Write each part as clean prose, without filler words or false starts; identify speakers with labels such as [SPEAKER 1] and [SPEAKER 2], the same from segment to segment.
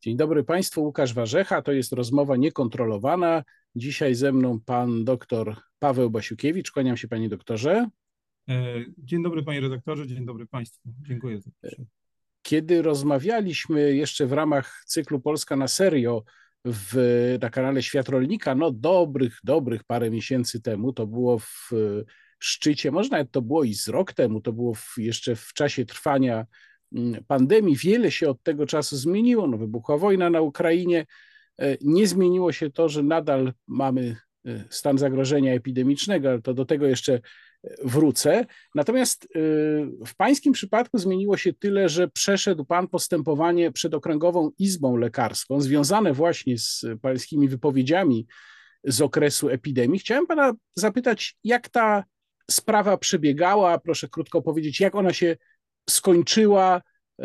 [SPEAKER 1] Dzień dobry Państwu, Łukasz Warzecha, to jest rozmowa niekontrolowana. Dzisiaj ze mną pan doktor Paweł Basiukiewicz. Kłaniam się panie doktorze.
[SPEAKER 2] Dzień dobry panie redaktorze, dzień dobry państwu. Dziękuję za zaproszenie.
[SPEAKER 1] Kiedy rozmawialiśmy jeszcze w ramach cyklu Polska na serio na kanale Świat Rolnika, no dobrych parę miesięcy temu, to było w szczycie, może nawet to było i z rok temu, to było jeszcze w czasie trwania pandemii. Wiele się od tego czasu zmieniło. No, wybuchła wojna na Ukrainie. Nie zmieniło się to, że nadal mamy stan zagrożenia epidemicznego, ale to do tego jeszcze wrócę. Natomiast w pańskim przypadku zmieniło się tyle, że przeszedł pan postępowanie przed Okręgową Izbą Lekarską, związane właśnie z pańskimi wypowiedziami z okresu epidemii. Chciałem pana zapytać, jak ta sprawa przebiegała? Proszę krótko powiedzieć, jak ona się skończyła,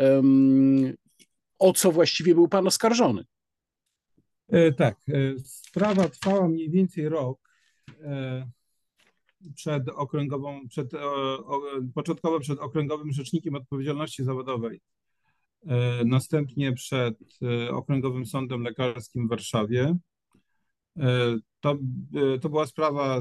[SPEAKER 1] o co właściwie był pan oskarżony?
[SPEAKER 2] Tak, sprawa trwała mniej więcej rok początkowo przed Okręgowym Rzecznikiem Odpowiedzialności Zawodowej, następnie przed Okręgowym Sądem Lekarskim w Warszawie. To była sprawa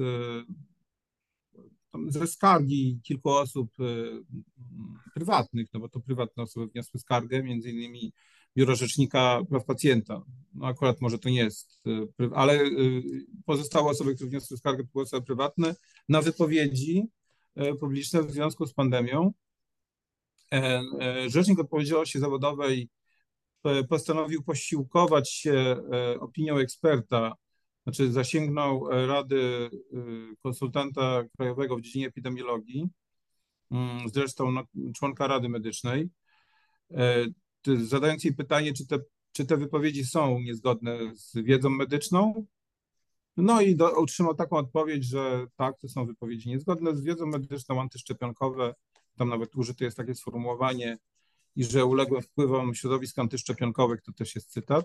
[SPEAKER 2] ze skargi kilku osób prywatnych, no bo to prywatne osoby wniosły skargę, między innymi Biuro Rzecznika Praw Pacjenta. No akurat może to nie jest, ale pozostałe osoby, które wniosły skargę, to były osoby prywatne na wypowiedzi publiczne w związku z pandemią. Rzecznik Odpowiedzialności Zawodowej postanowił posiłkować się opinią eksperta, znaczy zasięgnął rady konsultanta krajowego w dziedzinie epidemiologii, zresztą członka Rady Medycznej, zadając jej pytanie, czy te wypowiedzi są niezgodne z wiedzą medyczną. No i otrzymał taką odpowiedź, że tak, to są wypowiedzi niezgodne z wiedzą medyczną, antyszczepionkowe. Tam nawet użyte jest takie sformułowanie, i że uległe wpływom środowisk antyszczepionkowych, to też jest cytat.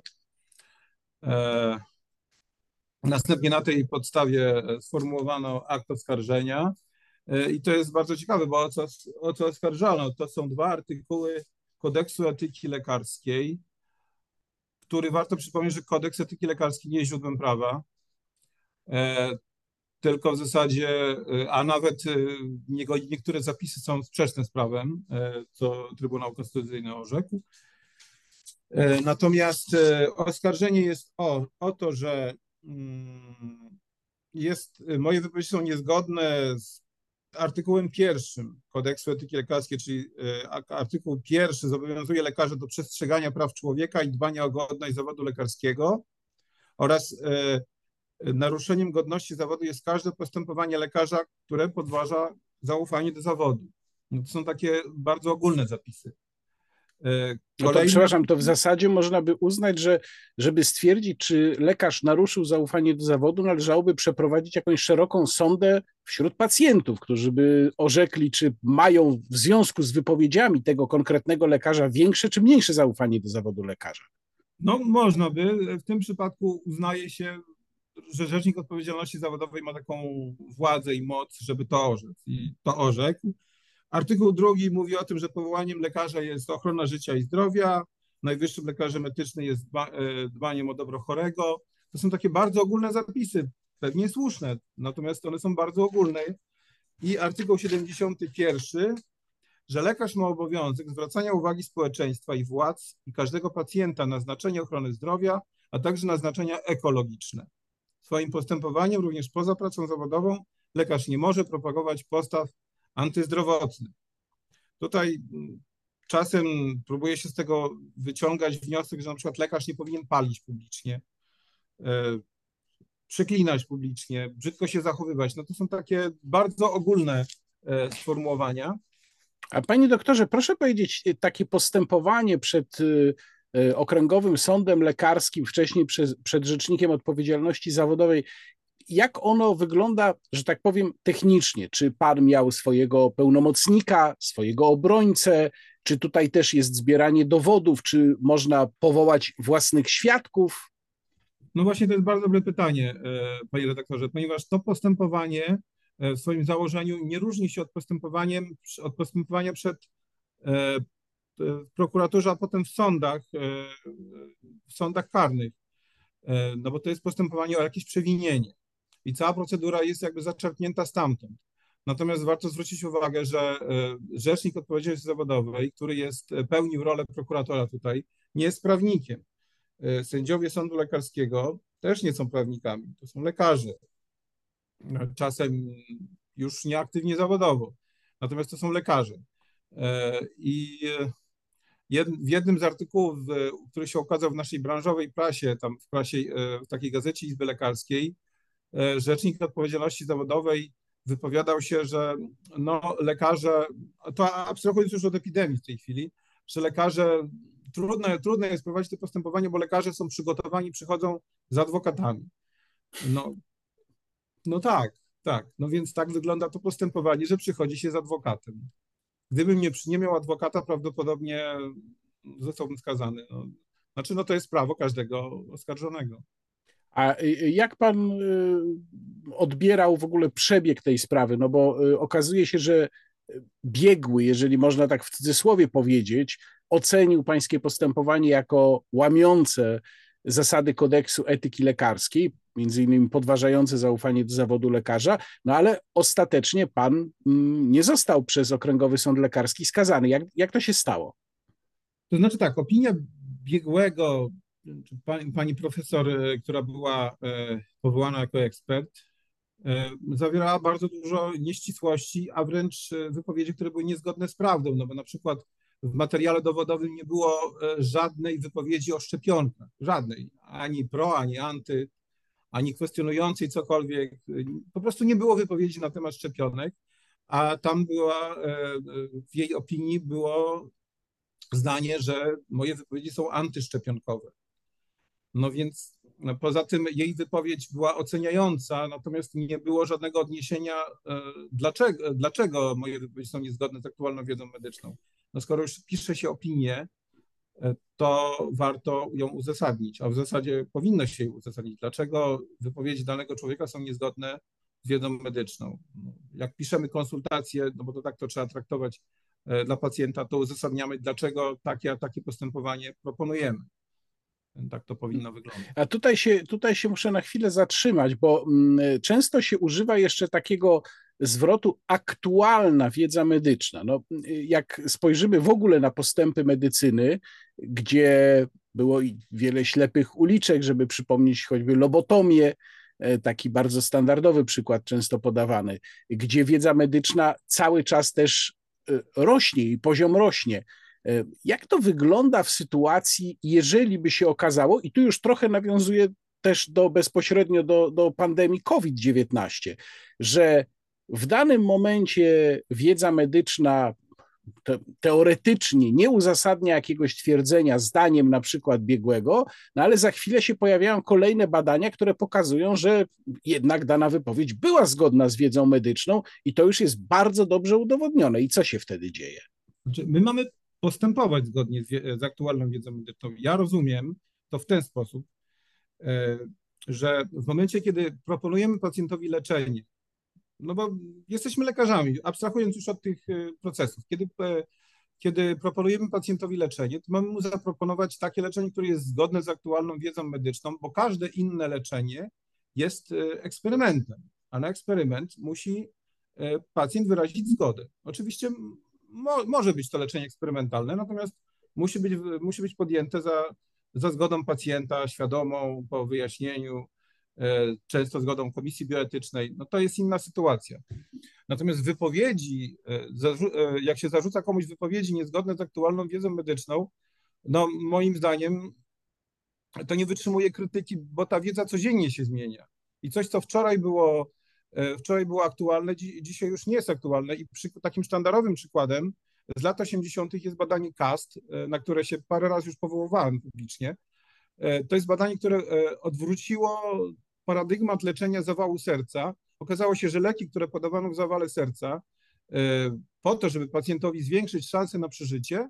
[SPEAKER 2] Następnie na tej podstawie sformułowano akt oskarżenia i to jest bardzo ciekawe, bo o co oskarżano? To są 2 artykuły Kodeksu Etyki Lekarskiej, który warto przypomnieć, że Kodeks Etyki Lekarskiej nie jest źródłem prawa, tylko w zasadzie, a nawet niektóre zapisy są sprzeczne z prawem, co Trybunał Konstytucyjny orzekł. Natomiast oskarżenie jest o to, że moje wypowiedzi są niezgodne z artykułem 1 Kodeksu Etyki Lekarskiej, czyli artykuł 1 zobowiązuje lekarza do przestrzegania praw człowieka i dbania o godność zawodu lekarskiego oraz naruszeniem godności zawodu jest każde postępowanie lekarza, które podważa zaufanie do zawodu. No to są takie bardzo ogólne zapisy.
[SPEAKER 1] No to przepraszam, to w zasadzie można by uznać, że żeby stwierdzić, czy lekarz naruszył zaufanie do zawodu, należałoby przeprowadzić jakąś szeroką sondę wśród pacjentów, którzy by orzekli, czy mają w związku z wypowiedziami tego konkretnego lekarza większe czy mniejsze zaufanie do zawodu lekarza.
[SPEAKER 2] No można by. W tym przypadku uznaje się, że Rzecznik Odpowiedzialności Zawodowej ma taką władzę i moc, żeby to orzec. I to orzekł. Artykuł 2 mówi o tym, że powołaniem lekarza jest ochrona życia i zdrowia, najwyższym lekarzem etycznym jest dbaniem o dobro chorego. To są takie bardzo ogólne zapisy, pewnie słuszne, natomiast one są bardzo ogólne. I artykuł 71, że lekarz ma obowiązek zwracania uwagi społeczeństwa i władz i każdego pacjenta na znaczenie ochrony zdrowia, a także na znaczenia ekologiczne. Swoim postępowaniem, również poza pracą zawodową, lekarz nie może propagować postaw antyzdrowotnych. Tutaj czasem próbuje się z tego wyciągać wniosek, że na przykład lekarz nie powinien palić publicznie, przeklinać publicznie, brzydko się zachowywać. No to są takie bardzo ogólne sformułowania.
[SPEAKER 1] A panie doktorze, proszę powiedzieć, takie postępowanie przed Okręgowym Sądem Lekarskim, wcześniej przed Rzecznikiem Odpowiedzialności Zawodowej, jak ono wygląda, że tak powiem, technicznie? Czy pan miał swojego pełnomocnika, swojego obrońcę? Czy tutaj też jest zbieranie dowodów? Czy można powołać własnych świadków?
[SPEAKER 2] No właśnie to jest bardzo dobre pytanie, panie redaktorze, ponieważ to postępowanie w swoim założeniu nie różni się od postępowania przed w prokuraturze, a potem w sądach karnych, no bo to jest postępowanie o jakieś przewinienie i cała procedura jest jakby zaczerpnięta stamtąd. Natomiast warto zwrócić uwagę, że Rzecznik Odpowiedzialności Zawodowej, który pełnił rolę prokuratora tutaj, nie jest prawnikiem. Sędziowie sądu lekarskiego też nie są prawnikami, to są lekarze. Czasem już nieaktywnie zawodowo, natomiast to są lekarze. I w jednym z artykułów, który się ukazał w naszej branżowej prasie, tam w takiej gazecie Izby Lekarskiej, Rzecznik Odpowiedzialności Zawodowej wypowiadał się, że no, lekarze, to abstrahując już od epidemii w tej chwili, że lekarze, trudno jest prowadzić to postępowanie, bo lekarze są przygotowani, przychodzą z adwokatami. No tak. No więc tak wygląda to postępowanie, że przychodzi się z adwokatem. Gdybym nie miał adwokata, prawdopodobnie zostałbym skazany. Znaczy, to jest prawo każdego oskarżonego.
[SPEAKER 1] A jak pan odbierał w ogóle przebieg tej sprawy? No bo okazuje się, że biegły, jeżeli można tak w cudzysłowie powiedzieć, ocenił pańskie postępowanie jako łamiące zasady kodeksu etyki lekarskiej, między innymi podważające zaufanie do zawodu lekarza, no ale ostatecznie pan nie został przez Okręgowy Sąd Lekarski skazany. Jak to się stało?
[SPEAKER 2] To znaczy tak, opinia biegłego, pani profesor, która była powołana jako ekspert, zawierała bardzo dużo nieścisłości, a wręcz wypowiedzi, które były niezgodne z prawdą, no bo na przykład w materiale dowodowym nie było żadnej wypowiedzi o szczepionkach, żadnej, ani pro, ani anty, ani kwestionującej cokolwiek, po prostu nie było wypowiedzi na temat szczepionek, a tam w jej opinii było zdanie, że moje wypowiedzi są antyszczepionkowe. No więc poza tym jej wypowiedź była oceniająca, natomiast nie było żadnego odniesienia, dlaczego moje wypowiedzi są niezgodne z aktualną wiedzą medyczną. No skoro już pisze się opinię, to warto ją uzasadnić, a w zasadzie powinno się jej uzasadnić, dlaczego wypowiedzi danego człowieka są niezgodne z wiedzą medyczną. Jak piszemy konsultacje, no bo to tak to trzeba traktować dla pacjenta, to uzasadniamy, dlaczego takie postępowanie proponujemy. Tak to powinno wyglądać.
[SPEAKER 1] A tutaj się muszę na chwilę zatrzymać, bo często się używa jeszcze takiego zwrotu aktualna wiedza medyczna. No, jak spojrzymy w ogóle na postępy medycyny, gdzie było wiele ślepych uliczek, żeby przypomnieć choćby lobotomię, taki bardzo standardowy przykład często podawany, gdzie wiedza medyczna cały czas też rośnie i poziom rośnie. Jak to wygląda w sytuacji, jeżeli by się okazało, i tu już trochę nawiązuje też bezpośrednio do pandemii COVID-19, że w danym momencie wiedza medyczna teoretycznie nie uzasadnia jakiegoś twierdzenia zdaniem na przykład biegłego, no ale za chwilę się pojawiają kolejne badania, które pokazują, że jednak dana wypowiedź była zgodna z wiedzą medyczną i to już jest bardzo dobrze udowodnione. I co się wtedy dzieje?
[SPEAKER 2] My mamy postępować zgodnie z aktualną wiedzą medyczną. Ja rozumiem to w ten sposób, że w momencie, kiedy proponujemy pacjentowi leczenie, no bo jesteśmy lekarzami, abstrahując już od tych procesów, kiedy proponujemy pacjentowi leczenie, to mamy mu zaproponować takie leczenie, które jest zgodne z aktualną wiedzą medyczną, bo każde inne leczenie jest eksperymentem, a na eksperyment musi pacjent wyrazić zgodę. Oczywiście może być to leczenie eksperymentalne, natomiast musi być podjęte za zgodą pacjenta, świadomą, po wyjaśnieniu, często zgodą komisji bioetycznej. No to jest inna sytuacja. Natomiast wypowiedzi, jak się zarzuca komuś wypowiedzi niezgodne z aktualną wiedzą medyczną, no moim zdaniem to nie wytrzymuje krytyki, bo ta wiedza codziennie się zmienia. I coś, co wczoraj było aktualne, dzisiaj już nie jest aktualne. I takim sztandarowym przykładem z lat 80. jest badanie CAST, na które się parę razy już powoływałem publicznie. To jest badanie, które odwróciło paradygmat leczenia zawału serca. Okazało się, że leki, które podawano w zawale serca, po to, żeby pacjentowi zwiększyć szanse na przeżycie,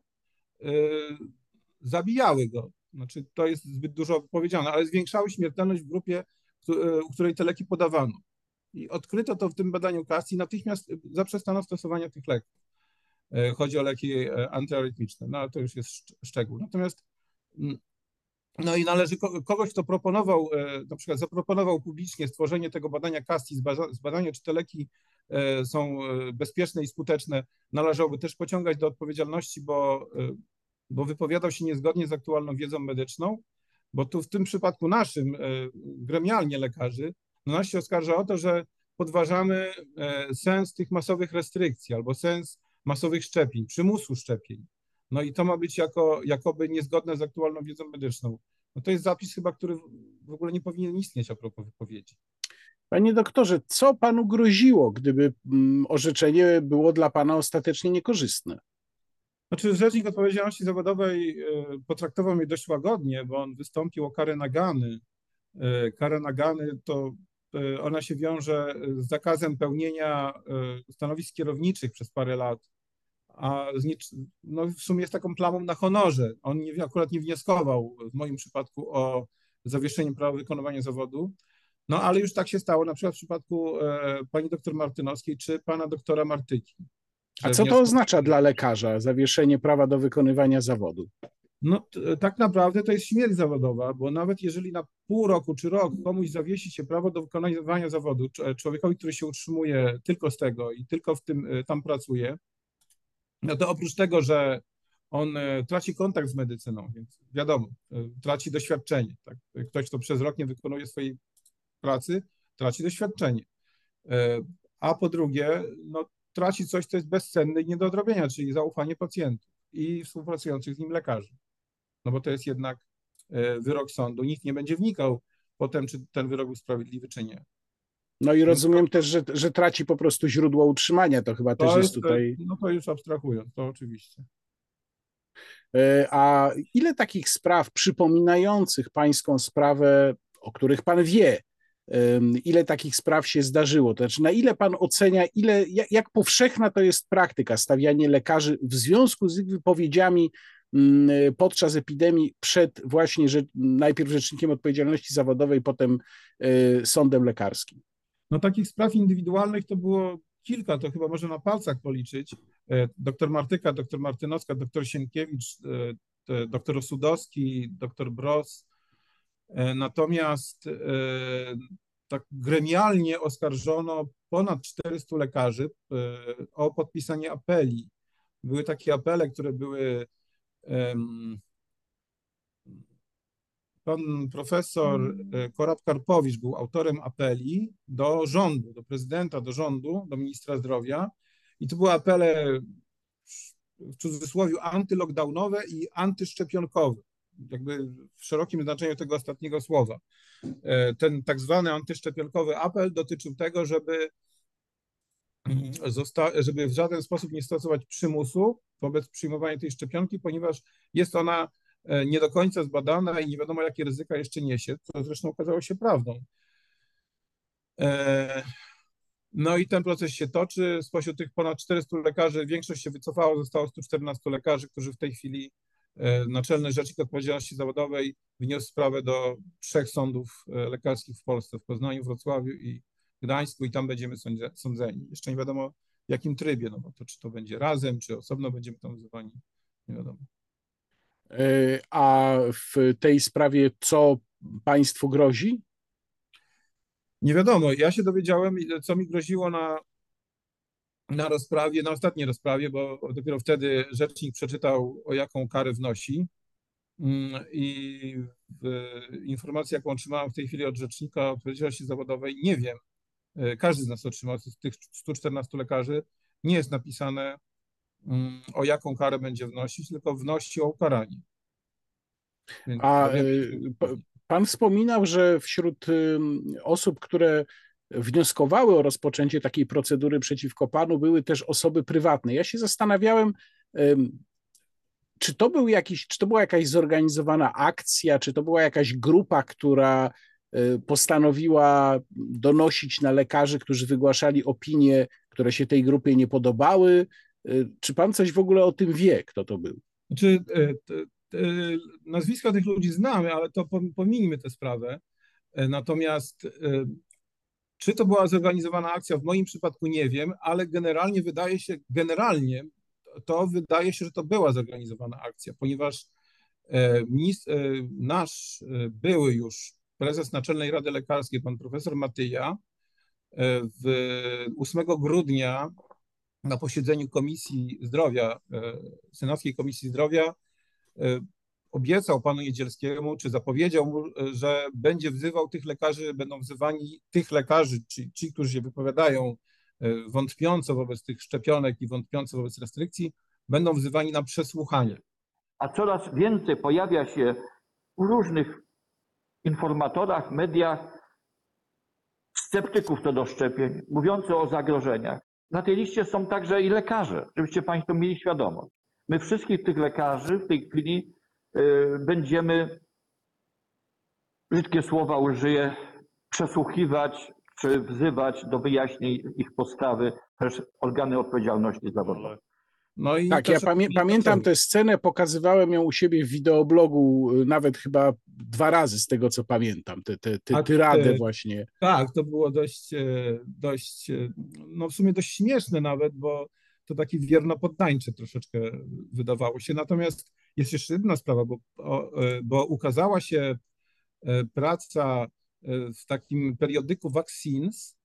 [SPEAKER 2] zabijały go. Znaczy, to jest zbyt dużo powiedziane, ale zwiększały śmiertelność w grupie, u której te leki podawano. I odkryto to w tym badaniu CAST i natychmiast zaprzestano stosowania tych leków. chodzi o leki antyarytmiczne, no ale to już jest szczegół. Natomiast no i należy kogoś, kto proponował, na przykład zaproponował publicznie stworzenie tego badania CASTI, zbadania, czy te leki są bezpieczne i skuteczne, należałoby też pociągać do odpowiedzialności, bo wypowiadał się niezgodnie z aktualną wiedzą medyczną, bo tu w tym przypadku naszym, gremialnie lekarzy, no nas się oskarża o to, że podważamy sens tych masowych restrykcji albo sens masowych szczepień, przymusu szczepień. No i to ma być jakoby niezgodne z aktualną wiedzą medyczną. No to jest zapis chyba, który w ogóle nie powinien istnieć a propos wypowiedzi.
[SPEAKER 1] Panie doktorze, co panu groziło, gdyby orzeczenie było dla pana ostatecznie niekorzystne?
[SPEAKER 2] Znaczy, Rzecznik Odpowiedzialności Zawodowej potraktował mnie dość łagodnie, bo on wystąpił o karę nagany. Kara nagany to ona się wiąże z zakazem pełnienia stanowisk kierowniczych przez parę lat, a no w sumie jest taką plamą na honorze. On akurat nie wnioskował w moim przypadku o zawieszenie prawa wykonywania zawodu, no ale już tak się stało na przykład w przypadku pani doktor Martynowskiej czy pana doktora Martyki.
[SPEAKER 1] A co to oznacza dla lekarza, zawieszenie prawa do wykonywania zawodu?
[SPEAKER 2] No tak naprawdę to jest śmierć zawodowa, bo nawet jeżeli na pół roku czy rok komuś zawiesi się prawo do wykonywania zawodu, człowiekowi, który się utrzymuje tylko z tego i tylko w tym tam pracuje, no to oprócz tego, że on traci kontakt z medycyną, więc wiadomo, traci doświadczenie. Tak? Ktoś, kto przez rok nie wykonuje swojej pracy, traci doświadczenie. A po drugie, no, traci coś, co jest bezcenne i nie do odrobienia, czyli zaufanie pacjentów i współpracujących z nim lekarzy. No bo to jest jednak wyrok sądu. Nikt nie będzie wnikał potem, czy ten wyrok był sprawiedliwy, czy nie.
[SPEAKER 1] No i rozumiem też, że traci po prostu źródło utrzymania. To chyba też jest tutaj.
[SPEAKER 2] No to już abstrahując, to oczywiście.
[SPEAKER 1] A ile takich spraw przypominających pańską sprawę, o których pan wie, ile takich spraw się zdarzyło? To znaczy, na ile pan ocenia, jak powszechna to jest praktyka stawianie lekarzy w związku z ich wypowiedziami podczas epidemii przed właśnie najpierw Rzecznikiem Odpowiedzialności Zawodowej, potem sądem lekarskim?
[SPEAKER 2] No takich spraw indywidualnych to było kilka, to chyba można na palcach policzyć. Doktor Martyka, doktor Martynowska, doktor Sienkiewicz, doktor Osudowski, doktor Bross. Natomiast tak gremialnie oskarżono ponad 400 lekarzy o podpisanie apeli. Były takie apele, które były. Pan profesor Korab-Karpowicz był autorem apeli do rządu, do prezydenta, do rządu, do ministra zdrowia i to były apele w cudzysłowie antylockdownowe i antyszczepionkowe, jakby w szerokim znaczeniu tego ostatniego słowa. Ten tak zwany antyszczepionkowy apel dotyczył tego, żeby w żaden sposób nie stosować przymusu wobec przyjmowania tej szczepionki, ponieważ jest ona nie do końca zbadana i nie wiadomo, jakie ryzyka jeszcze niesie, co zresztą okazało się prawdą. No i ten proces się toczy. Spośród tych ponad 400 lekarzy większość się wycofało, zostało 114 lekarzy, którzy w tej chwili Naczelny Rzecznik Odpowiedzialności Zawodowej wniósł sprawę do 3 sądów lekarskich w Polsce, w Poznaniu, Wrocławiu i Gdańsku i tam będziemy sądzeni. Jeszcze nie wiadomo w jakim trybie, no bo to czy to będzie razem, czy osobno będziemy tam wzywani, nie wiadomo.
[SPEAKER 1] A w tej sprawie co państwu grozi?
[SPEAKER 2] Nie wiadomo. Ja się dowiedziałem, co mi groziło na rozprawie, na ostatniej rozprawie, bo dopiero wtedy rzecznik przeczytał, o jaką karę wnosi. I informacja, jaką otrzymałem w tej chwili od Rzecznika Odpowiedzialności Zawodowej, nie wiem. Każdy z nas otrzymał, z tych 114 lekarzy, nie jest napisane, o jaką karę będzie wnosić, tylko wnosi o ukaranie. Więc
[SPEAKER 1] A
[SPEAKER 2] ja wiem,
[SPEAKER 1] pan wspominał, że wśród osób, które wnioskowały o rozpoczęcie takiej procedury przeciwko panu, były też osoby prywatne. Ja się zastanawiałem, czy to była jakaś zorganizowana akcja, czy to była jakaś grupa, która postanowiła donosić na lekarzy, którzy wygłaszali opinie, które się tej grupie nie podobały. Czy pan coś w ogóle o tym wie, kto to był?
[SPEAKER 2] Znaczy, nazwiska tych ludzi znamy, ale to pominijmy tę sprawę. Natomiast czy to była zorganizowana akcja? W moim przypadku nie wiem, ale generalnie wydaje się, to wydaje się, że to była zorganizowana akcja, ponieważ nasz były już prezes Naczelnej Rady Lekarskiej, pan profesor Matyja, w 8 grudnia na posiedzeniu Komisji Zdrowia, Senackiej Komisji Zdrowia, obiecał panu Niedzielskiemu, czy zapowiedział mu, że będzie wzywał tych lekarzy, będą wzywani tych lekarzy, ci, którzy się wypowiadają wątpiąco wobec tych szczepionek i wątpiąco wobec restrykcji, będą wzywani na przesłuchanie.
[SPEAKER 3] A coraz więcej pojawia się w różnych informatorach, mediach sceptyków co do szczepień, mówiących o zagrożeniach. Na tej liście są także i lekarze, żebyście Państwo mieli świadomość. My wszystkich tych lekarzy w tej chwili będziemy, brzydkie słowa użyję, przesłuchiwać czy wzywać do wyjaśnień ich postawy przez organy odpowiedzialności zawodowej.
[SPEAKER 2] No i
[SPEAKER 1] tak, ja pamiętam tę scenę, pokazywałem ją u siebie w wideoblogu nawet chyba 2 razy z tego, co pamiętam, tę tyradę właśnie.
[SPEAKER 2] Tak, to było dość, no w sumie dość śmieszne nawet, bo to taki wiernopoddańcze troszeczkę wydawało się. Natomiast jest jeszcze jedna sprawa, bo ukazała się praca w takim periodyku Vaccines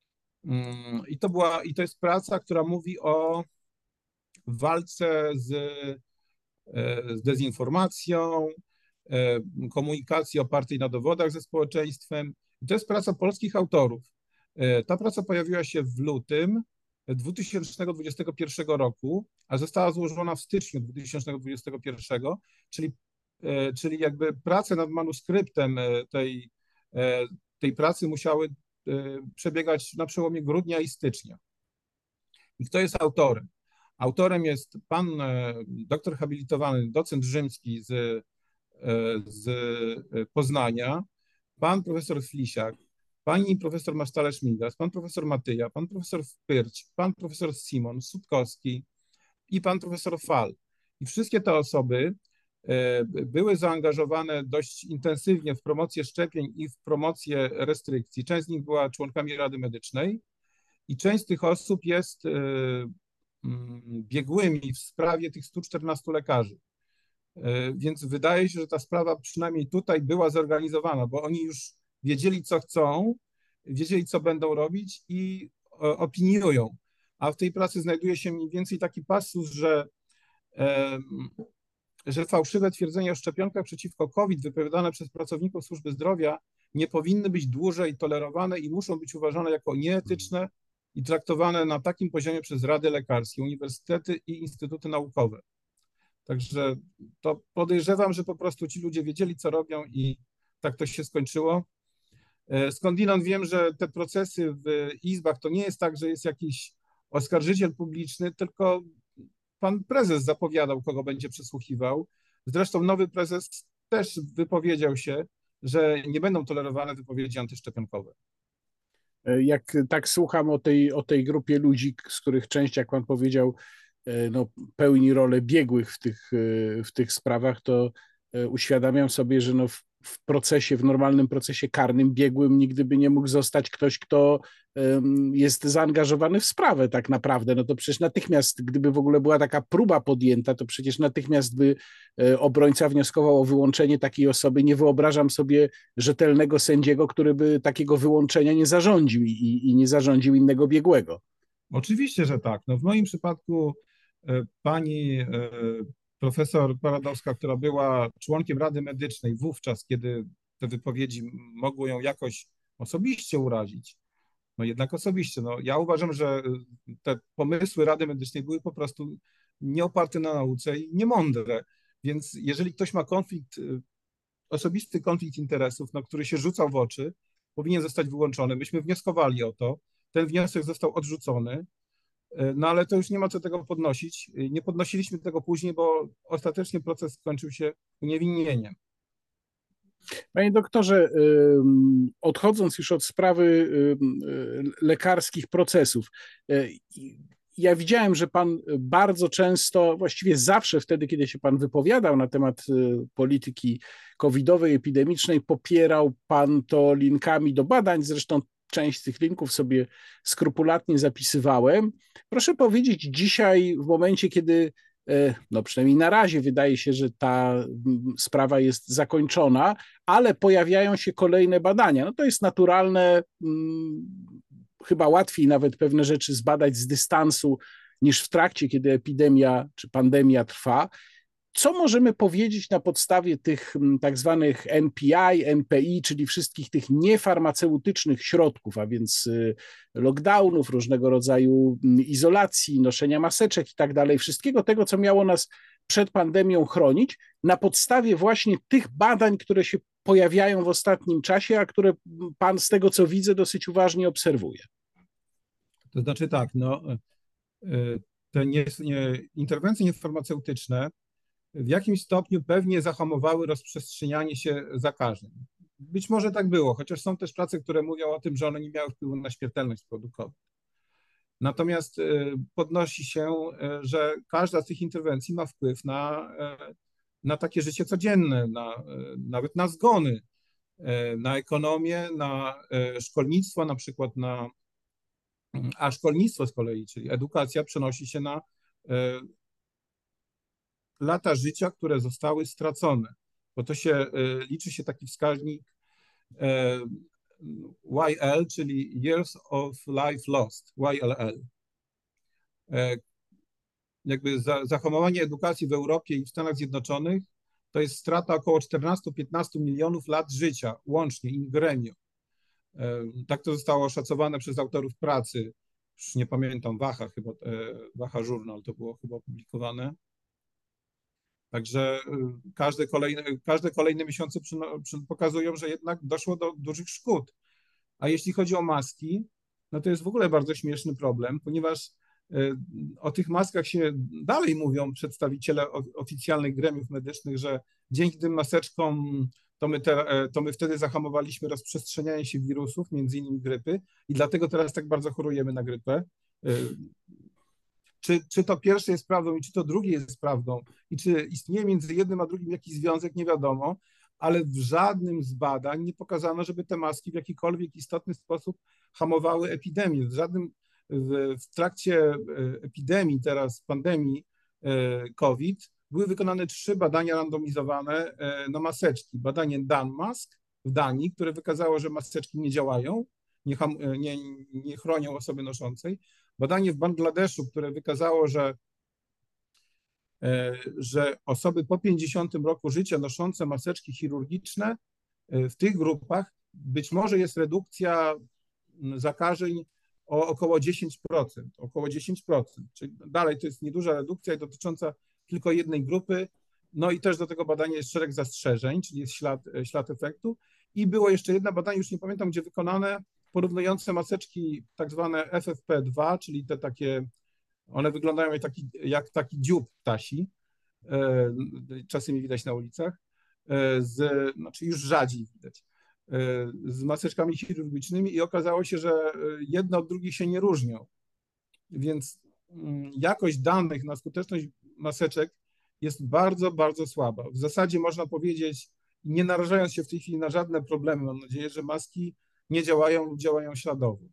[SPEAKER 2] i to jest praca, która mówi o walce z dezinformacją, komunikacji opartej na dowodach ze społeczeństwem. I to jest praca polskich autorów. Ta praca pojawiła się w lutym 2021 roku, a została złożona w styczniu 2021, czyli jakby prace nad manuskryptem tej pracy musiały przebiegać na przełomie grudnia i stycznia. I kto jest autorem? Autorem jest pan doktor habilitowany, docent rzymski z Poznania, pan profesor Flisiak, pani profesor Masztale-Szmigas, pan profesor Matyja, pan profesor Wpyrć, pan profesor Simon, Sutkowski i pan profesor Fal. I wszystkie te osoby były zaangażowane dość intensywnie w promocję szczepień i w promocję restrykcji. Część z nich była członkami Rady Medycznej i część z tych osób jest biegłymi w sprawie tych 114 lekarzy. Więc wydaje się, że ta sprawa przynajmniej tutaj była zorganizowana, bo oni już wiedzieli, co chcą, wiedzieli, co będą robić i opiniują. A w tej pracy znajduje się mniej więcej taki pasus, że fałszywe twierdzenia o szczepionkach przeciwko COVID wypowiadane przez pracowników służby zdrowia nie powinny być dłużej tolerowane i muszą być uważane jako nieetyczne i traktowane na takim poziomie przez rady lekarskie, uniwersytety i instytuty naukowe. Także to podejrzewam, że po prostu ci ludzie wiedzieli, co robią i tak to się skończyło. Skądinąd wiem, że te procesy w izbach to nie jest tak, że jest jakiś oskarżyciel publiczny, tylko pan prezes zapowiadał, kogo będzie przesłuchiwał. Zresztą nowy prezes też wypowiedział się, że nie będą tolerowane wypowiedzi antyszczepionkowe.
[SPEAKER 1] Jak tak słucham o tej grupie ludzi, z których część, jak pan powiedział, no, pełni rolę biegłych w tych sprawach, to uświadamiam sobie, że no w normalnym procesie karnym biegłym nigdy by nie mógł zostać ktoś, kto jest zaangażowany w sprawę tak naprawdę. No to przecież natychmiast, gdyby w ogóle była taka próba podjęta, to przecież natychmiast by obrońca wnioskował o wyłączenie takiej osoby. Nie wyobrażam sobie rzetelnego sędziego, który by takiego wyłączenia nie zarządził i nie zarządził innego biegłego.
[SPEAKER 2] Oczywiście, że tak. No w moim przypadku pani profesor Paradowska, która była członkiem Rady Medycznej wówczas, kiedy te wypowiedzi mogły ją jakoś osobiście urazić, no jednak osobiście. No, ja uważam, że te pomysły Rady Medycznej były po prostu nieoparte na nauce i niemądre. Więc jeżeli ktoś ma osobisty konflikt interesów, no, który się rzucał w oczy, powinien zostać wyłączony. Myśmy wnioskowali o to. Ten wniosek został odrzucony. No ale to już nie ma co tego podnosić. Nie podnosiliśmy tego później, bo ostatecznie proces skończył się uniewinnieniem.
[SPEAKER 1] Panie doktorze, odchodząc już od sprawy lekarskich procesów, ja widziałem, że pan bardzo często, właściwie zawsze wtedy, kiedy się pan wypowiadał na temat polityki covidowej, epidemicznej, popierał pan to linkami do badań. Zresztą część z tych linków sobie skrupulatnie zapisywałem. Proszę powiedzieć dzisiaj, w momencie, kiedy no przynajmniej na razie wydaje się, że ta sprawa jest zakończona, ale pojawiają się kolejne badania. No to jest naturalne, chyba łatwiej nawet pewne rzeczy zbadać z dystansu niż w trakcie, kiedy epidemia czy pandemia trwa. Co możemy powiedzieć na podstawie tych tak zwanych NPI, NPI, czyli wszystkich tych niefarmaceutycznych środków, a więc lockdownów, różnego rodzaju izolacji, noszenia maseczek i tak dalej, wszystkiego tego, co miało nas przed pandemią chronić, na podstawie właśnie tych badań, które się pojawiają w ostatnim czasie, a które pan, z tego co widzę, dosyć uważnie obserwuje?
[SPEAKER 2] To znaczy tak, no, te interwencje niefarmaceutyczne w jakimś stopniu pewnie zahamowały rozprzestrzenianie się zakażeń. Być może tak było, chociaż są też prace, które mówią o tym, że one nie miały wpływu na śmiertelność z powodu COVID. Natomiast podnosi się, że każda z tych interwencji ma wpływ na takie życie codzienne, nawet na zgony, na ekonomię, na szkolnictwo, na przykład a szkolnictwo z kolei, czyli edukacja, przenosi się na lata życia, które zostały stracone, bo to się liczy się taki wskaźnik YL, czyli Years of Life Lost, YLL. Jakby zahamowanie edukacji w Europie i w Stanach Zjednoczonych to jest strata około 14-15 milionów lat życia łącznie, in gremio. Tak to zostało oszacowane przez autorów pracy, już nie pamiętam, Wacha chyba, Wacha Journal to było chyba opublikowane. Także każde kolejne miesiące pokazują, że jednak doszło do dużych szkód. A jeśli chodzi o maski, no to jest w ogóle bardzo śmieszny problem, ponieważ o tych maskach się dalej mówią przedstawiciele oficjalnych gremiów medycznych, że dzięki tym maseczkom to my wtedy zahamowaliśmy rozprzestrzenianie się wirusów, między innymi grypy, i dlatego teraz tak bardzo chorujemy na grypę. Czy to pierwsze jest prawdą i czy to drugie jest prawdą i czy istnieje między jednym a drugim jakiś związek, nie wiadomo, ale w żadnym z badań nie pokazano, żeby te maski w jakikolwiek istotny sposób hamowały epidemię. W trakcie epidemii, teraz pandemii COVID, były wykonane 3 badania randomizowane na maseczki. Badanie DanMask w Danii, które wykazało, że maseczki nie działają, nie chronią osoby noszącej. Badanie w Bangladeszu, które wykazało, że osoby po 50 roku życia noszące maseczki chirurgiczne, w tych grupach być może jest redukcja zakażeń o około 10%. Około 10%. Czyli dalej to jest nieduża redukcja dotycząca tylko jednej grupy. No i też do tego badania jest szereg zastrzeżeń, czyli jest ślad efektu. I było jeszcze jedno badanie, już nie pamiętam gdzie wykonane, porównujące maseczki tak zwane FFP2, czyli te takie, one wyglądają jak taki dziób ptasi, czasami widać na ulicach, znaczy już rzadziej widać, z maseczkami chirurgicznymi i okazało się, że jedne od drugich się nie różnią. Więc jakość danych na skuteczność maseczek jest bardzo, bardzo słaba. W zasadzie można powiedzieć, nie narażając się w tej chwili na żadne problemy, mam nadzieję, że maski nie działają lub działają śladowo.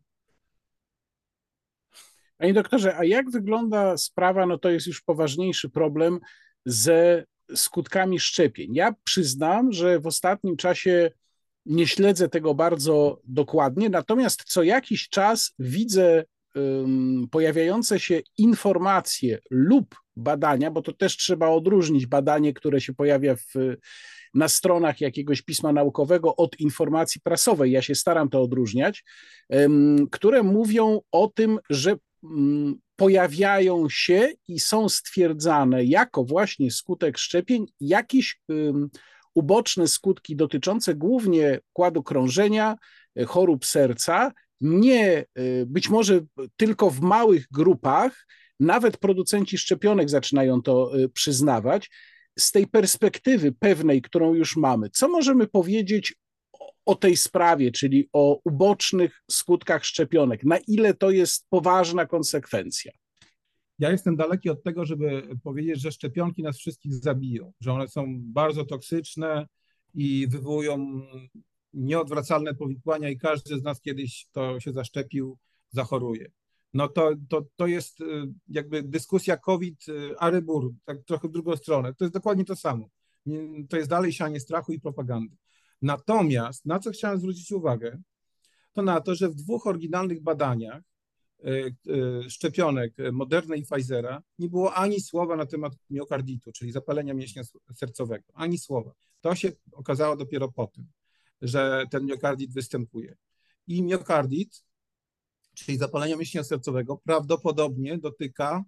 [SPEAKER 1] Panie doktorze, a jak wygląda sprawa, no to jest już poważniejszy problem, ze skutkami szczepień? Ja przyznam, że w ostatnim czasie nie śledzę tego bardzo dokładnie, natomiast co jakiś czas widzę pojawiające się informacje lub badania, bo to też trzeba odróżnić badanie, które się pojawia na stronach jakiegoś pisma naukowego od informacji prasowej. Ja się staram to odróżniać, które mówią o tym, że pojawiają się i są stwierdzane jako właśnie skutek szczepień jakieś uboczne skutki dotyczące głównie układu krążenia, chorób serca, nie być może tylko w małych grupach, nawet producenci szczepionek zaczynają to przyznawać. Z tej perspektywy pewnej, którą już mamy, co możemy powiedzieć o tej sprawie, czyli o ubocznych skutkach szczepionek? Na ile to jest poważna konsekwencja?
[SPEAKER 2] Ja jestem daleki od tego, żeby powiedzieć, że szczepionki nas wszystkich zabiją, że one są bardzo toksyczne i wywołują nieodwracalne powikłania i każdy z nas kiedyś, kto się zaszczepił, zachoruje. No to jest jakby dyskusja COVID, Arybur, tak trochę w drugą stronę. To jest dokładnie to samo. To jest dalej sianie strachu i propagandy. Natomiast na co chciałem zwrócić uwagę, to na to, że w 2 oryginalnych badaniach szczepionek Moderna i Pfizera nie było ani słowa na temat miokarditu, czyli zapalenia mięśnia sercowego. Ani słowa. To się okazało dopiero po tym, że ten miokardit występuje. I miokardit, czyli zapalenia mięśnia sercowego, prawdopodobnie dotyka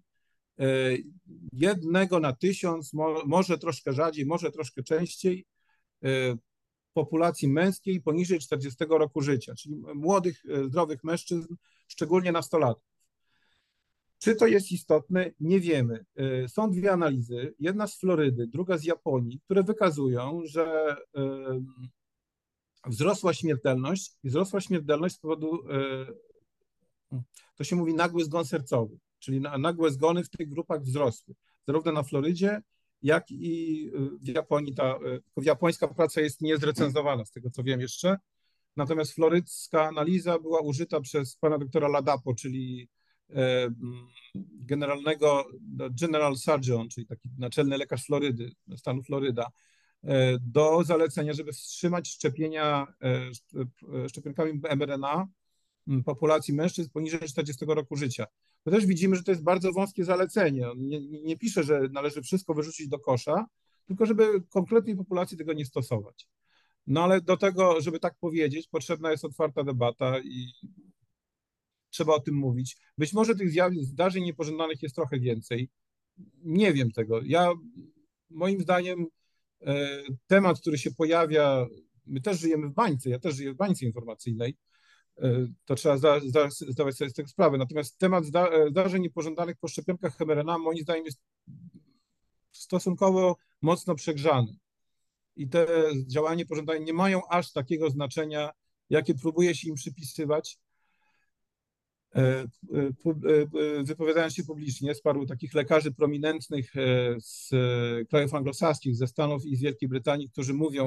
[SPEAKER 2] 1 na 1000, może troszkę rzadziej, może troszkę częściej, populacji męskiej poniżej 40 roku życia, czyli młodych, zdrowych mężczyzn, szczególnie nastolatków. Czy to jest istotne? Nie wiemy. Są 2 analizy, jedna z Florydy, druga z Japonii, które wykazują, że wzrosła śmiertelność z powodu, to się mówi nagły zgon sercowy, czyli nagłe zgony w tych grupach wzrosły, zarówno na Florydzie, jak i w Japonii. Japońska praca jest niezrecenzowana, z tego co wiem jeszcze, natomiast florycka analiza była użyta przez pana doktora Ladapo, czyli General Surgeon, czyli taki naczelny lekarz Florydy, stanu Floryda, do zalecenia, żeby wstrzymać szczepienia szczepionkami mRNA populacji mężczyzn poniżej 40 roku życia. To też widzimy, że to jest bardzo wąskie zalecenie. On nie pisze, że należy wszystko wyrzucić do kosza, tylko żeby konkretnej populacji tego nie stosować. No ale do tego, żeby tak powiedzieć, potrzebna jest otwarta debata i trzeba o tym mówić. Być może tych zdarzeń niepożądanych jest trochę więcej. Nie wiem tego. Moim zdaniem temat, który się pojawia, my też żyjemy w bańce, ja też żyję w bańce informacyjnej, to trzeba zdawać sobie z tego sprawę. Natomiast temat zdarzeń niepożądanych po szczepionkach mRNA moim zdaniem jest stosunkowo mocno przegrzany. I te działania niepożądane nie mają aż takiego znaczenia, jakie próbuje się im przypisywać, wypowiadając się publicznie z paru takich lekarzy prominentnych z krajów anglosaskich, ze Stanów i z Wielkiej Brytanii, którzy mówią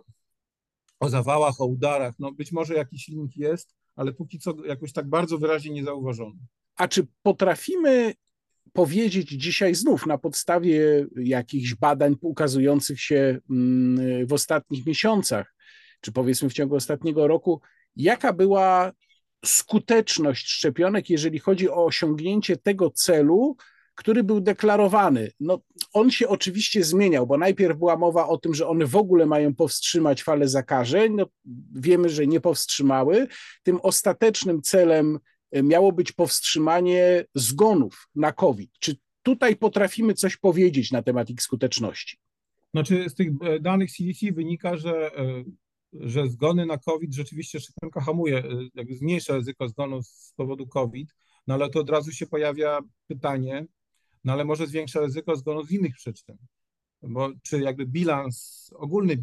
[SPEAKER 2] o zawałach, o udarach. No być może jakiś link jest, ale póki co jakoś tak bardzo wyraźnie nie zauważono.
[SPEAKER 1] A czy potrafimy powiedzieć dzisiaj znów na podstawie jakichś badań ukazujących się w ostatnich miesiącach, czy powiedzmy w ciągu ostatniego roku, jaka była skuteczność szczepionek, jeżeli chodzi o osiągnięcie tego celu, który był deklarowany? No, on się oczywiście zmieniał, bo najpierw była mowa o tym, że one w ogóle mają powstrzymać falę zakażeń. No, wiemy, że nie powstrzymały. Tym ostatecznym celem miało być powstrzymanie zgonów na COVID. Czy tutaj potrafimy coś powiedzieć na temat ich skuteczności?
[SPEAKER 2] Znaczy, z tych danych CDC wynika, że zgony na COVID rzeczywiście szczepionka hamuje, jakby zmniejsza ryzyko zgonu z powodu COVID, no ale to od razu się pojawia pytanie, no ale może zwiększa ryzyko zgonu z innych przyczyn, bo czy jakby ogólny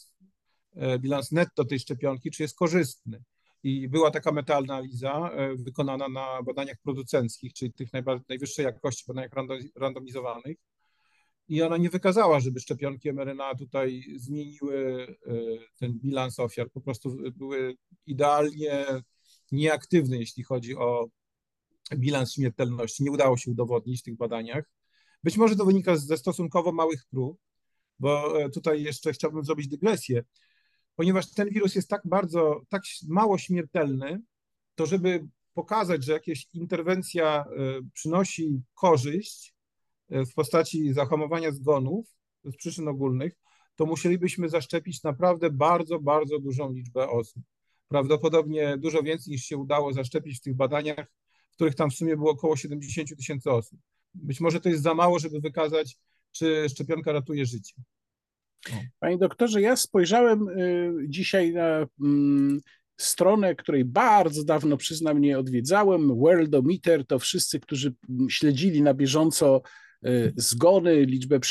[SPEAKER 2] bilans netto tej szczepionki, czy jest korzystny? I była taka metaanaliza wykonana na badaniach producenckich, czyli tych najwyższej jakości badaniach randomizowanych, i ona nie wykazała, żeby szczepionki mRNA tutaj zmieniły ten bilans ofiar. Po prostu były idealnie nieaktywne, jeśli chodzi o bilans śmiertelności. Nie udało się udowodnić w tych badaniach. Być może to wynika ze stosunkowo małych prób, bo tutaj jeszcze chciałbym zrobić dygresję. Ponieważ ten wirus jest tak mało śmiertelny, to żeby pokazać, że jakaś interwencja przynosi korzyść w postaci zahamowania zgonów z przyczyn ogólnych, to musielibyśmy zaszczepić naprawdę bardzo, bardzo dużą liczbę osób. Prawdopodobnie dużo więcej niż się udało zaszczepić w tych badaniach, w których tam w sumie było około 70 000 osób. Być może to jest za mało, żeby wykazać, czy szczepionka ratuje życie.
[SPEAKER 1] Panie doktorze, ja spojrzałem dzisiaj na stronę, której bardzo dawno, przyznam, nie odwiedzałem, Worldometer. To wszyscy, którzy śledzili na bieżąco zgony,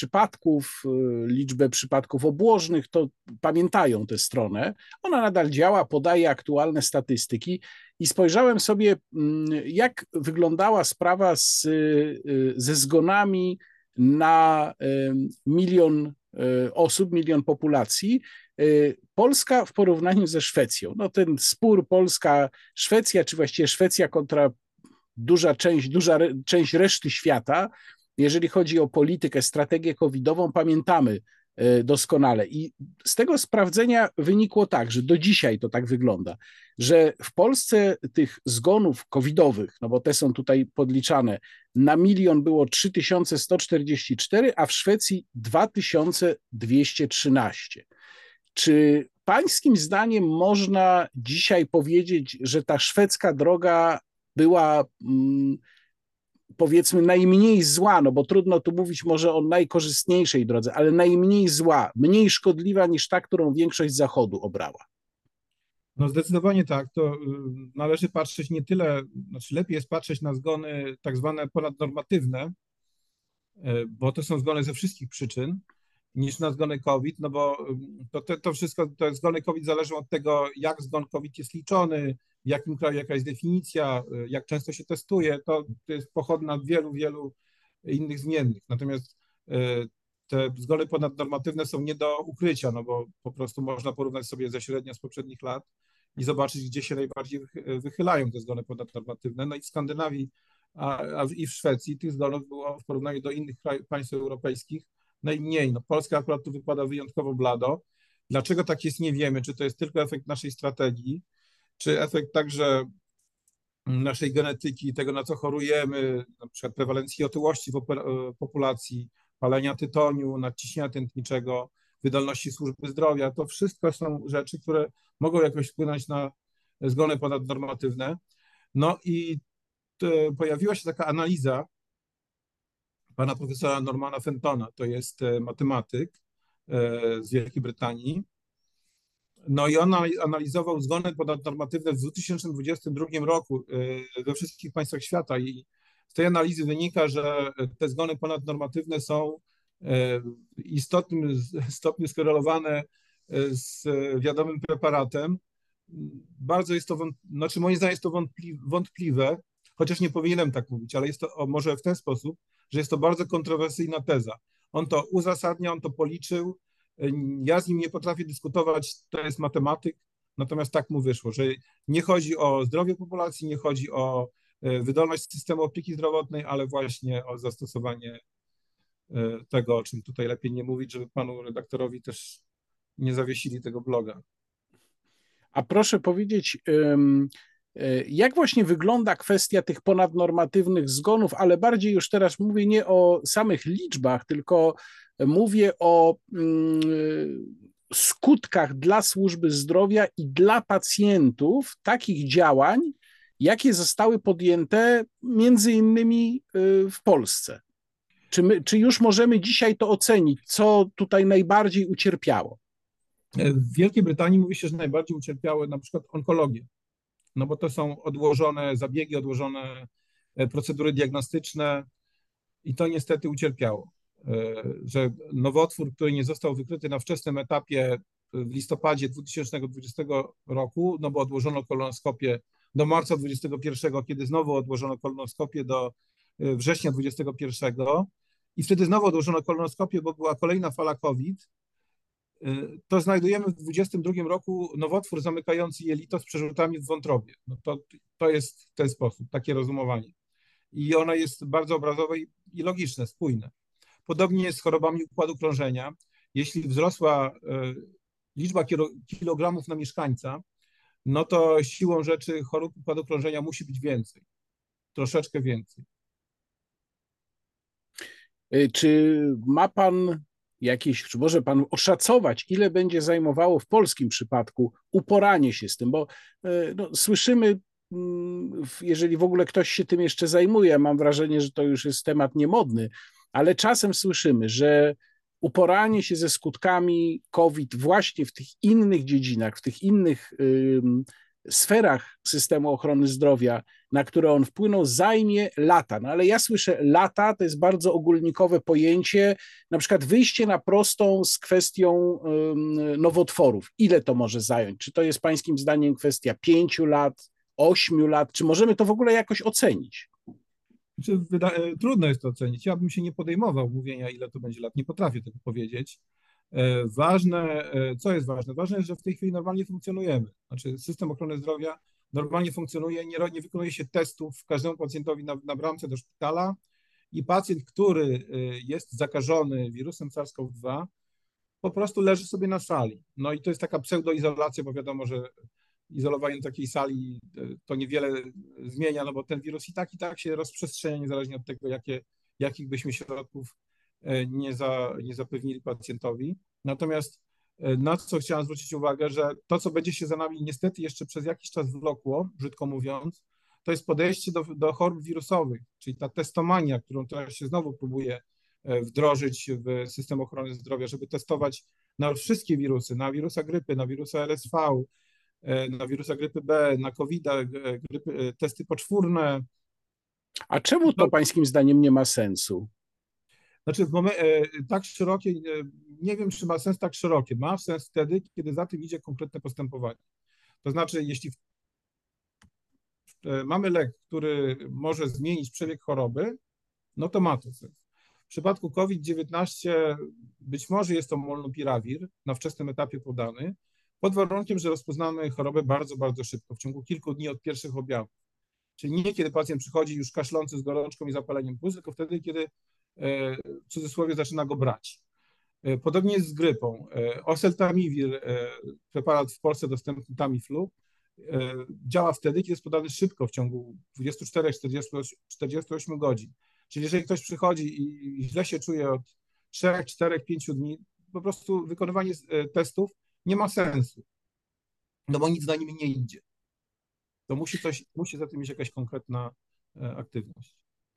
[SPEAKER 1] liczbę przypadków obłożnych, to pamiętają tę stronę. Ona nadal działa, podaje aktualne statystyki i spojrzałem sobie, jak wyglądała sprawa ze zgonami na milion osób, milion populacji Polska w porównaniu ze Szwecją, no ten spór Polska-Szwecja, czy właściwie Szwecja kontra duża część reszty świata, jeżeli chodzi o politykę, strategię covidową, pamiętamy doskonale. I z tego sprawdzenia wynikło tak, że do dzisiaj to tak wygląda, że w Polsce tych zgonów covidowych, no bo te są tutaj podliczane, na milion było 3144, a w Szwecji 2213. Czy pańskim zdaniem można dzisiaj powiedzieć, że ta szwedzka droga była powiedzmy najmniej zła, no bo trudno tu mówić może o najkorzystniejszej drodze, ale najmniej zła, mniej szkodliwa niż ta, którą większość Zachodu obrała?
[SPEAKER 2] No zdecydowanie tak. To należy patrzeć nie tyle, znaczy lepiej jest patrzeć na zgony tak zwane ponadnormatywne, bo to są zgony ze wszystkich przyczyn, niż na zgony COVID, no bo to wszystko, te zgony COVID zależą od tego, jak zgon COVID jest liczony, w jakim kraju, jaka jest definicja, jak często się testuje, to jest pochodna od wielu innych zmiennych. Natomiast te zgony ponadnormatywne są nie do ukrycia, no bo po prostu można porównać sobie ze średnią z poprzednich lat i zobaczyć, gdzie się najbardziej wychylają te zgony ponadnormatywne. No i w Skandynawii i w Szwecji tych zgonów było w porównaniu do innych państw europejskich najmniej. No, Polska akurat tu wypada wyjątkowo blado. Dlaczego tak jest, nie wiemy. Czy to jest tylko efekt naszej strategii, czy efekt także naszej genetyki, tego na co chorujemy, na przykład prewalencji otyłości w populacji, palenia tytoniu, nadciśnienia tętniczego, wydolności służby zdrowia. To wszystko są rzeczy, które mogą jakoś wpłynąć na zgony ponadnormatywne. No i pojawiła się taka analiza pana profesora Normana Fentona, to jest matematyk z Wielkiej Brytanii. No i on analizował zgony ponadnormatywne w 2022 roku we wszystkich państwach świata i z tej analizy wynika, że te zgony ponadnormatywne są w istotnym stopniu skorelowane z wiadomym preparatem. Bardzo jest to, znaczy moim zdaniem jest to wątpliwe, chociaż nie powinienem tak mówić, ale jest to może w ten sposób, że jest to bardzo kontrowersyjna teza. On to uzasadnia, on to policzył, ja z nim nie potrafię dyskutować, to jest matematyk, natomiast tak mu wyszło, że nie chodzi o zdrowie populacji, nie chodzi o wydolność systemu opieki zdrowotnej, ale właśnie o zastosowanie tego, o czym tutaj lepiej nie mówić, żeby panu redaktorowi też nie zawiesili tego bloga.
[SPEAKER 1] A proszę powiedzieć, jak właśnie wygląda kwestia tych ponadnormatywnych zgonów, ale bardziej już teraz mówię nie o samych liczbach, tylko mówię o skutkach dla służby zdrowia i dla pacjentów takich działań, jakie zostały podjęte między innymi w Polsce. Czy już możemy dzisiaj to ocenić, co tutaj najbardziej ucierpiało?
[SPEAKER 2] W Wielkiej Brytanii mówi się, że najbardziej ucierpiały na przykład onkologię, no bo to są odłożone zabiegi, odłożone procedury diagnostyczne i to niestety ucierpiało, że nowotwór, który nie został wykryty na wczesnym etapie w listopadzie 2020 roku, no bo odłożono kolonoskopię do marca 2021, kiedy znowu odłożono kolonoskopię do września 2021 i wtedy znowu odłożono kolonoskopię, bo była kolejna fala COVID, to znajdujemy w 2022 roku nowotwór zamykający jelito z przerzutami w wątrobie. No to jest w ten sposób, takie rozumowanie. I ono jest bardzo obrazowe i logiczne, spójne. Podobnie jest z chorobami układu krążenia. Jeśli wzrosła liczba kilogramów na mieszkańca, no to siłą rzeczy chorób układu krążenia musi być więcej, troszeczkę więcej.
[SPEAKER 1] Czy ma pan jakieś, czy może pan oszacować, ile będzie zajmowało w polskim przypadku uporanie się z tym, bo no, słyszymy, jeżeli w ogóle ktoś się tym jeszcze zajmuje, mam wrażenie, że to już jest temat niemodny, ale czasem słyszymy, że uporanie się ze skutkami COVID właśnie w tych innych dziedzinach, w tych innych sferach systemu ochrony zdrowia, na które on wpłynął, zajmie lata. No ale ja słyszę lata, to jest bardzo ogólnikowe pojęcie, na przykład wyjście na prostą z kwestią nowotworów. Ile to może zająć? Czy to jest pańskim zdaniem kwestia 5 lat, 8 lat? Czy możemy to w ogóle jakoś ocenić?
[SPEAKER 2] Trudno jest to ocenić. Ja bym się nie podejmował mówienia, ile to będzie lat. Nie potrafię tego powiedzieć. Co jest ważne? Ważne jest, że w tej chwili normalnie funkcjonujemy. Znaczy system ochrony zdrowia normalnie funkcjonuje, nie wykonuje się testów każdemu pacjentowi na bramce do szpitala i pacjent, który jest zakażony wirusem SARS-CoV-2, po prostu leży sobie na sali. No i to jest taka pseudoizolacja, bo wiadomo, że izolowanie takiej sali to niewiele zmienia, no bo ten wirus i tak się rozprzestrzenia, niezależnie od tego, jakich byśmy środków nie zapewnili pacjentowi. Natomiast na co chciałem zwrócić uwagę, że to, co będzie się za nami niestety jeszcze przez jakiś czas wlokło, brzydko mówiąc, to jest podejście do chorób wirusowych, czyli ta testomania, którą teraz się znowu próbuje wdrożyć w system ochrony zdrowia, żeby testować na wszystkie wirusy, na wirusa grypy, na wirusa RSV, na wirusa grypy B, na COVID-a, testy poczwórne.
[SPEAKER 1] A czemu to pańskim zdaniem nie ma sensu?
[SPEAKER 2] Znaczy tak szerokie, nie wiem, czy ma sens tak szerokie. Ma sens wtedy, kiedy za tym idzie konkretne postępowanie. To znaczy, jeśli mamy lek, który może zmienić przebieg choroby, no to ma to sens. W przypadku COVID-19 być może jest to molnupiravir na wczesnym etapie podany, pod warunkiem, że rozpoznamy chorobę bardzo, bardzo szybko, w ciągu kilku dni od pierwszych objawów. Czyli nie kiedy pacjent przychodzi już kaszlący z gorączką i zapaleniem płuc, tylko wtedy, kiedy w cudzysłowie zaczyna go brać. Podobnie jest z grypą. Oseltamivir, preparat w Polsce dostępny Tamiflu, działa wtedy, kiedy jest podany szybko, w ciągu 24-48 godzin. Czyli jeżeli ktoś przychodzi i źle się czuje od 3, 4, 5 dni, po prostu wykonywanie testów nie ma sensu, no bo nic za nimi nie idzie. To musi za tym mieć jakaś konkretna aktywność.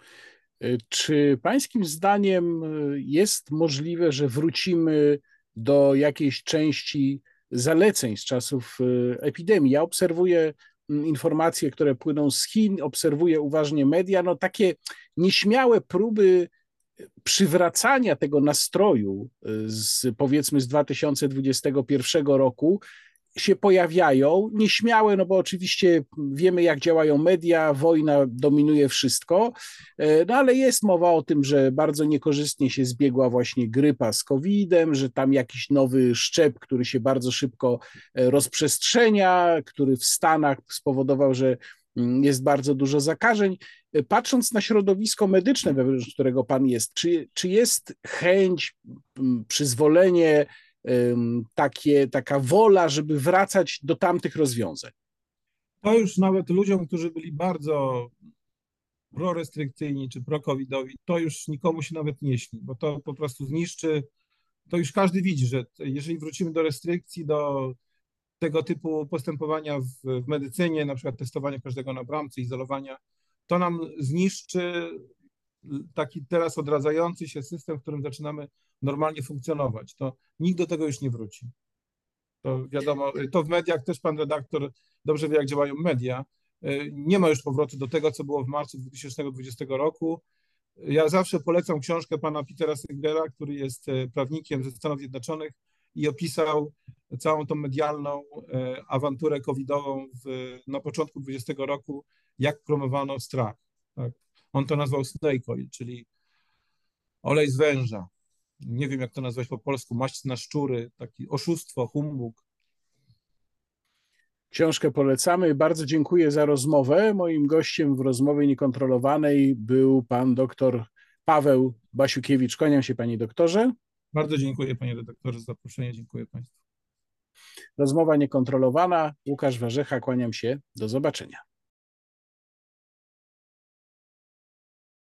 [SPEAKER 1] Czy pańskim zdaniem jest możliwe, że wrócimy do jakiejś części zaleceń z czasów epidemii? Ja obserwuję informacje, które płyną z Chin, obserwuję uważnie media, no takie nieśmiałe próby przywracania tego nastroju powiedzmy z 2021 roku się pojawiają, nieśmiałe, no bo oczywiście wiemy, jak działają media, wojna dominuje wszystko, no ale jest mowa o tym, że bardzo niekorzystnie się zbiegła właśnie grypa z COVID-em, że tam jakiś nowy szczep, który się bardzo szybko rozprzestrzenia, który w Stanach spowodował, że jest bardzo dużo zakażeń. Patrząc na środowisko medyczne, wewnątrz którego pan jest, czy jest chęć, przyzwolenie, taka wola, żeby wracać do tamtych rozwiązań?
[SPEAKER 2] To już nawet ludziom, którzy byli bardzo prorestrykcyjni czy pro-covidowi, to już nikomu się nawet nie śni, bo to po prostu zniszczy, to już każdy widzi, że jeżeli wrócimy do restrykcji, do tego typu postępowania w medycynie, na przykład testowania każdego na bramce, izolowania, to nam zniszczy taki teraz odradzający się system, w którym zaczynamy normalnie funkcjonować. To nikt do tego już nie wróci. To wiadomo, to w mediach też pan redaktor dobrze wie, jak działają media. Nie ma już powrotu do tego, co było w marcu 2020 roku. Ja zawsze polecam książkę pana Petera Seegera, który jest prawnikiem ze Stanów Zjednoczonych i opisał całą tą medialną awanturę covidową na początku 2020 roku, jak promowano strach. Tak? On to nazwał snake oil, czyli olej z węża. Nie wiem, jak to nazwać po polsku, maść na szczury, taki oszustwo, humbug.
[SPEAKER 1] Książkę polecamy. Bardzo dziękuję za rozmowę. Moim gościem w rozmowie niekontrolowanej był pan doktor Paweł Basiukiewicz. Kłaniam się, panie doktorze.
[SPEAKER 2] Bardzo dziękuję, panie redaktorze, za zaproszenie. Dziękuję państwu.
[SPEAKER 1] Rozmowa niekontrolowana. Łukasz Warzecha, kłaniam się. Do zobaczenia.